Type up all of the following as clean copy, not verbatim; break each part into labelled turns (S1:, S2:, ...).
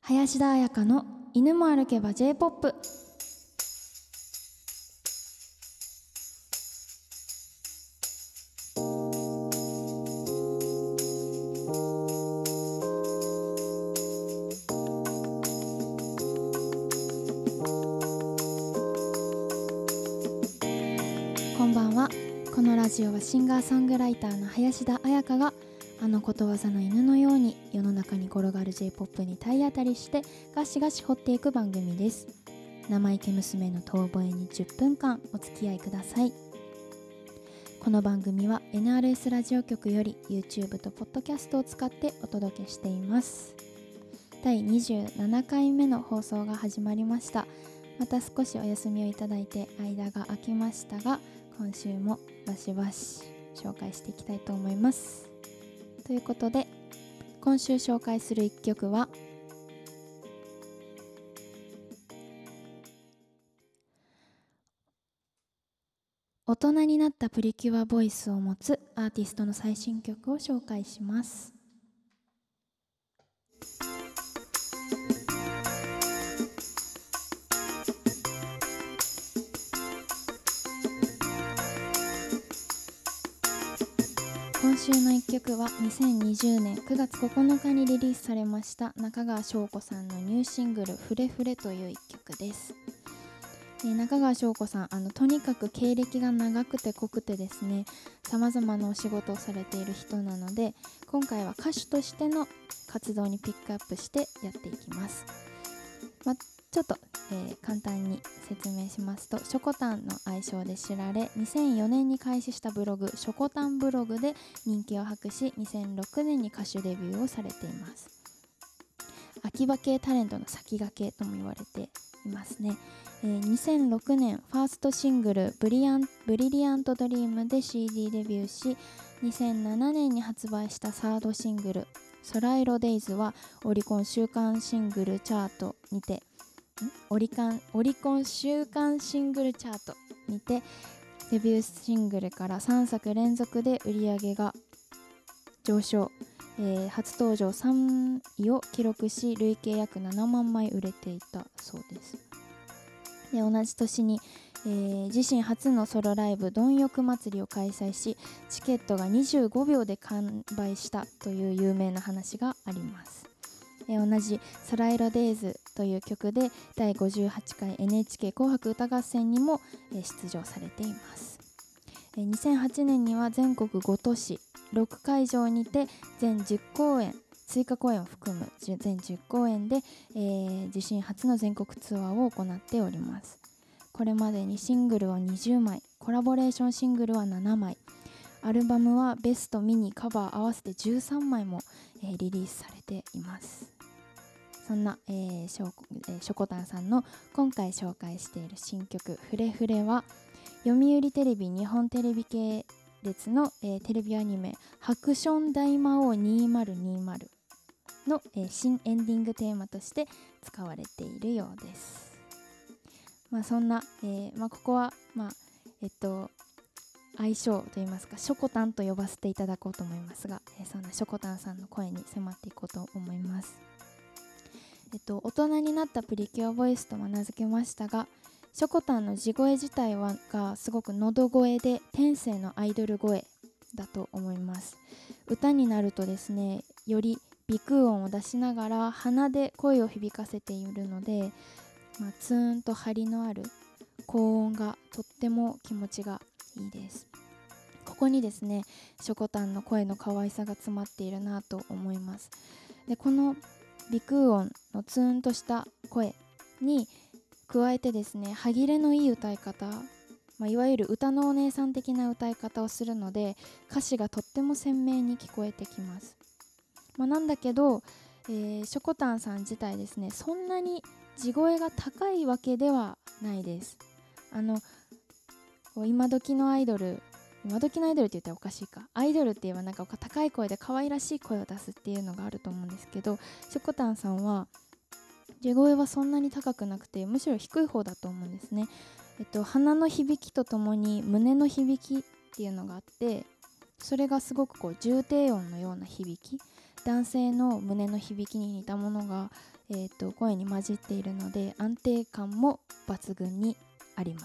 S1: 林田彩香の犬も歩けば J-POP。 こんばんは。このラジオはシンガーソングライターの林田彩香があのことわざの犬のように世の中に転がる J-POP に体当たりしてガシガシ掘っていく番組です。生意気娘の遠吠えに10分間お付き合いください。この番組は NRS ラジオ局より YouTube と Podcast を使ってお届けしています。第27回目の放送が始まりました。また少しお休みをいただいて間が空きましたが、今週もバシバシ紹介していきたいと思います。ということで、今週紹介する1曲は大人になったプリキュアボイスを持つアーティストの最新曲を紹介します。今週の1曲は2020年9月9日にリリースされました中川翔子さんのニューシングルフレフレという1曲です。中川翔子さん、とにかく経歴が長くて濃くてですね、さまざまなお仕事をされている人なので、今回は歌手としての活動にピックアップしてやっていきます。ちょっと、簡単に説明しますと、ショコタンの愛称で知られ、2004年に開始したブログショコタンブログで人気を博し、2006年に歌手デビューをされています。秋葉系タレントの先駆けとも言われていますね。2006年ファーストシングルブリリアントドリームで CD デビューし、2007年に発売したサードシングル空色デイズはオリコン週間シングルチャートにてオリコン週間シングルチャートにてデビューシングルから3作連続で売り上げが上昇、初登場3位を記録し、累計約7万枚売れていたそうです。で、同じ年に、自身初のソロライブ貪欲祭りを開催し、チケットが25秒で完売したという有名な話があります。同じ空色デイズという曲で第58回 NHK 紅白歌合戦にも出場されています。2008年には全国5都市6会場にて全10公演、追加公演を含む全10公演で、自身初の全国ツアーを行っております。これまでにシングルは20枚、コラボレーションシングルは7枚、アルバムはベストミニカバー合わせて13枚も、リリースされています。そんな、ショコタンさんの今回紹介している新曲フレフレは、読売テレビ日本テレビ系列の、テレビアニメハクション大魔王2020の、新エンディングテーマとして使われているようです。そんな、ここは、愛称といいますかショコタンと呼ばせていただこうと思いますが、そんなショコタンさんの声に迫っていこうと思います。大人になったプリキュアボイスと名付けましたが、ショコタンの地声自体がすごく喉声で天性のアイドル声だと思います。歌になるとですね、より鼻腔音を出しながら鼻で声を響かせているので、ツーンと張りのある高音がとっても気持ちがいいです。ここにですね、ショコタンの声の可愛さが詰まっているなと思います。で、この鼻腔音のツーンとした声に加えてですね、歯切れのいい歌い方、いわゆる歌のお姉さん的な歌い方をするので、歌詞がとっても鮮明に聞こえてきます。なんだけど、ショコタンさん自体ですね、そんなに地声が高いわけではないです。今時のアイドルって言ったらおかしいか、アイドルって言えばなんか高い声で可愛らしい声を出すっていうのがあると思うんですけど、ショコタンさんは地声はそんなに高くなくて、むしろ低い方だと思うんですね。鼻の響きとともに胸の響きっていうのがあって、それがすごく重低音のような響き、男性の胸の響きに似たものが、 声に混じっているので安定感も抜群にあります。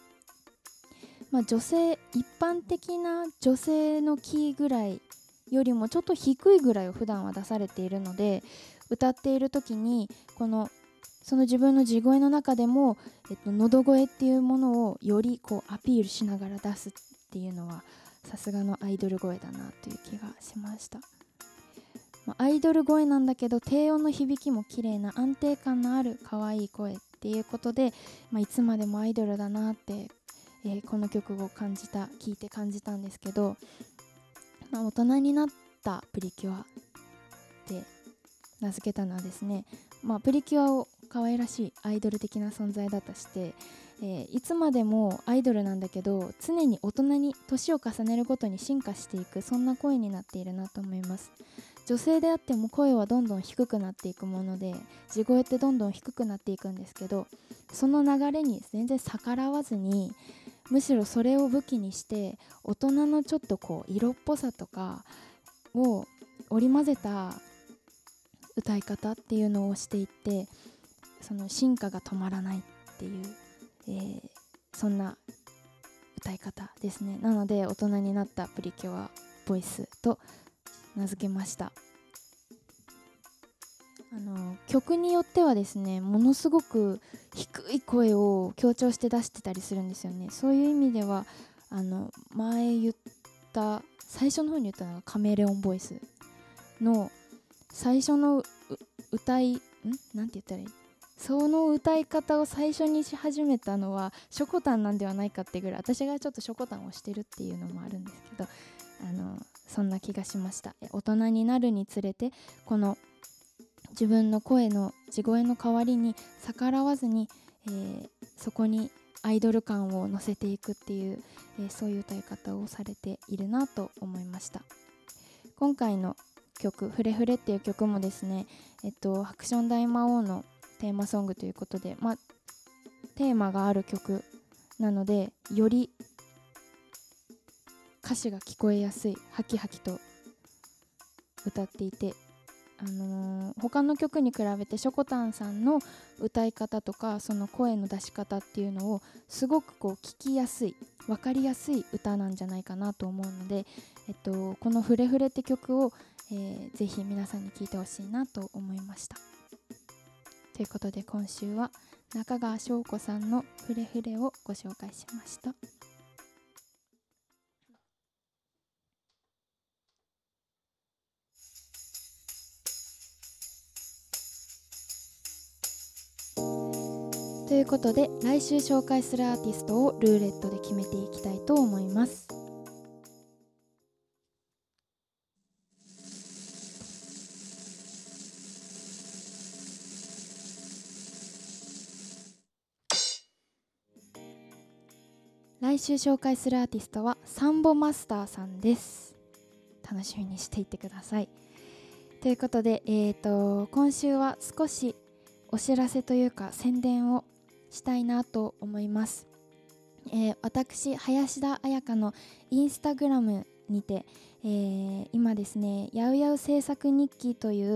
S1: 一般的な女性のキーぐらいよりもちょっと低いぐらいを普段は出されているので、歌っている時にその自分の地声の中でも、喉声っていうものをよりアピールしながら出すっていうのはさすがのアイドル声だなという気がしました。アイドル声なんだけど低音の響きも綺麗な安定感のある可愛い声っていうことで、いつまでもアイドルだなってこの曲を聴いて感じたんですけど、大人になったプリキュアって名付けたのはですね、プリキュアを可愛らしいアイドル的な存在だとして、いつまでもアイドルなんだけど常に大人に年を重ねるごとに進化していく、そんな声になっているなと思います。女性であっても声はどんどん低くなっていくもので、地声ってどんどん低くなっていくんですけど、その流れに全然逆らわずに、むしろそれを武器にして大人のちょっと色っぽさとかを織り交ぜた歌い方っていうのをしていって、その進化が止まらないっていう、そんな歌い方ですね。なので大人になったプリキュアボイスと名付けました。曲によってはですね、ものすごく低い声を強調して出してたりするんですよね。そういう意味では最初の方に言ったのがカメレオンボイスの最初のなんて言ったらいい、その歌い方を最初にし始めたのはしょこたんなんではないかってぐらい、私がちょっとしょこたんをしてるっていうのもあるんですけど、そんな気がしました。大人になるにつれてこの自分の地声の代わりに逆らわずに、そこにアイドル感を乗せていくっていう、そういう歌い方をされているなと思いました。今回の曲フレフレっていう曲もですね、ハクション大魔王のテーマソングということで、テーマがある曲なのでより歌詞が聞こえやすい、ハキハキと歌っていて、他の曲に比べてしょこたんさんの歌い方とかその声の出し方っていうのをすごく聞きやすい、分かりやすい歌なんじゃないかなと思うので、このフレフレって曲を、ぜひ皆さんに聴いてほしいなと思いました。ということで今週は中川翔子さんのフレフレをご紹介しました。ということで来週紹介するアーティストをルーレットで決めていきたいと思います。来週紹介するアーティストはサンボマスターさんです。楽しみにしていてください。ということで、今週は少しお知らせというか宣伝をしたいなと思います。私林田彩香のインスタグラムにて、今ですねやうやう制作日記という、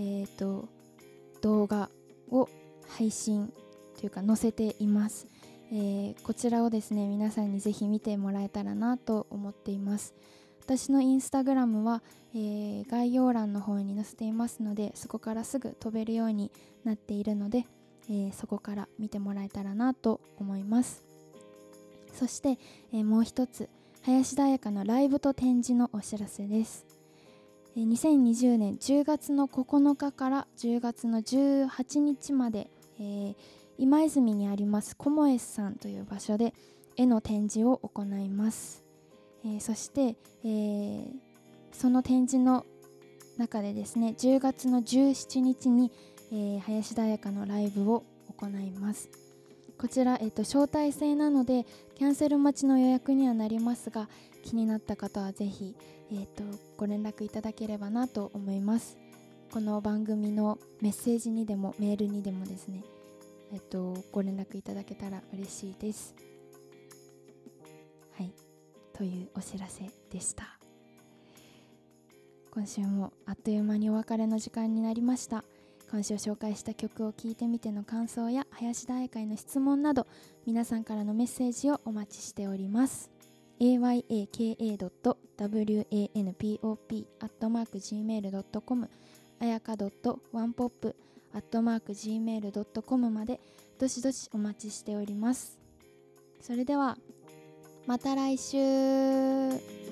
S1: 動画を配信というか載せています。こちらをですね皆さんにぜひ見てもらえたらなと思っています。私のインスタグラムは、概要欄の方に載せていますので、そこからすぐ飛べるようになっているので、そこから見てもらえたらなと思います。そして、もう一つ林田彩香のライブと展示のお知らせです。2020年10月の9日から10月の18日まで、今泉にありますコモエスさんという場所で絵の展示を行います。そして、その展示の中でですね10月の17日に、林田彩香のライブを行います。こちら、招待制なのでキャンセル待ちの予約にはなりますが、気になった方はぜひ、ご連絡いただければなと思います。この番組のメッセージにでもメールにでもですね、ご連絡いただけたら嬉しいです。はい、というお知らせでした。今週もあっという間にお別れの時間になりました。 今週紹介した曲を聴いてみての感想や林田愛会の質問など、皆さんからのメッセージをお待ちしております。ayaka.wanpop@gmail.com あやか .wanpop@gmail.com までどしどしお待ちしております。それではまた来週。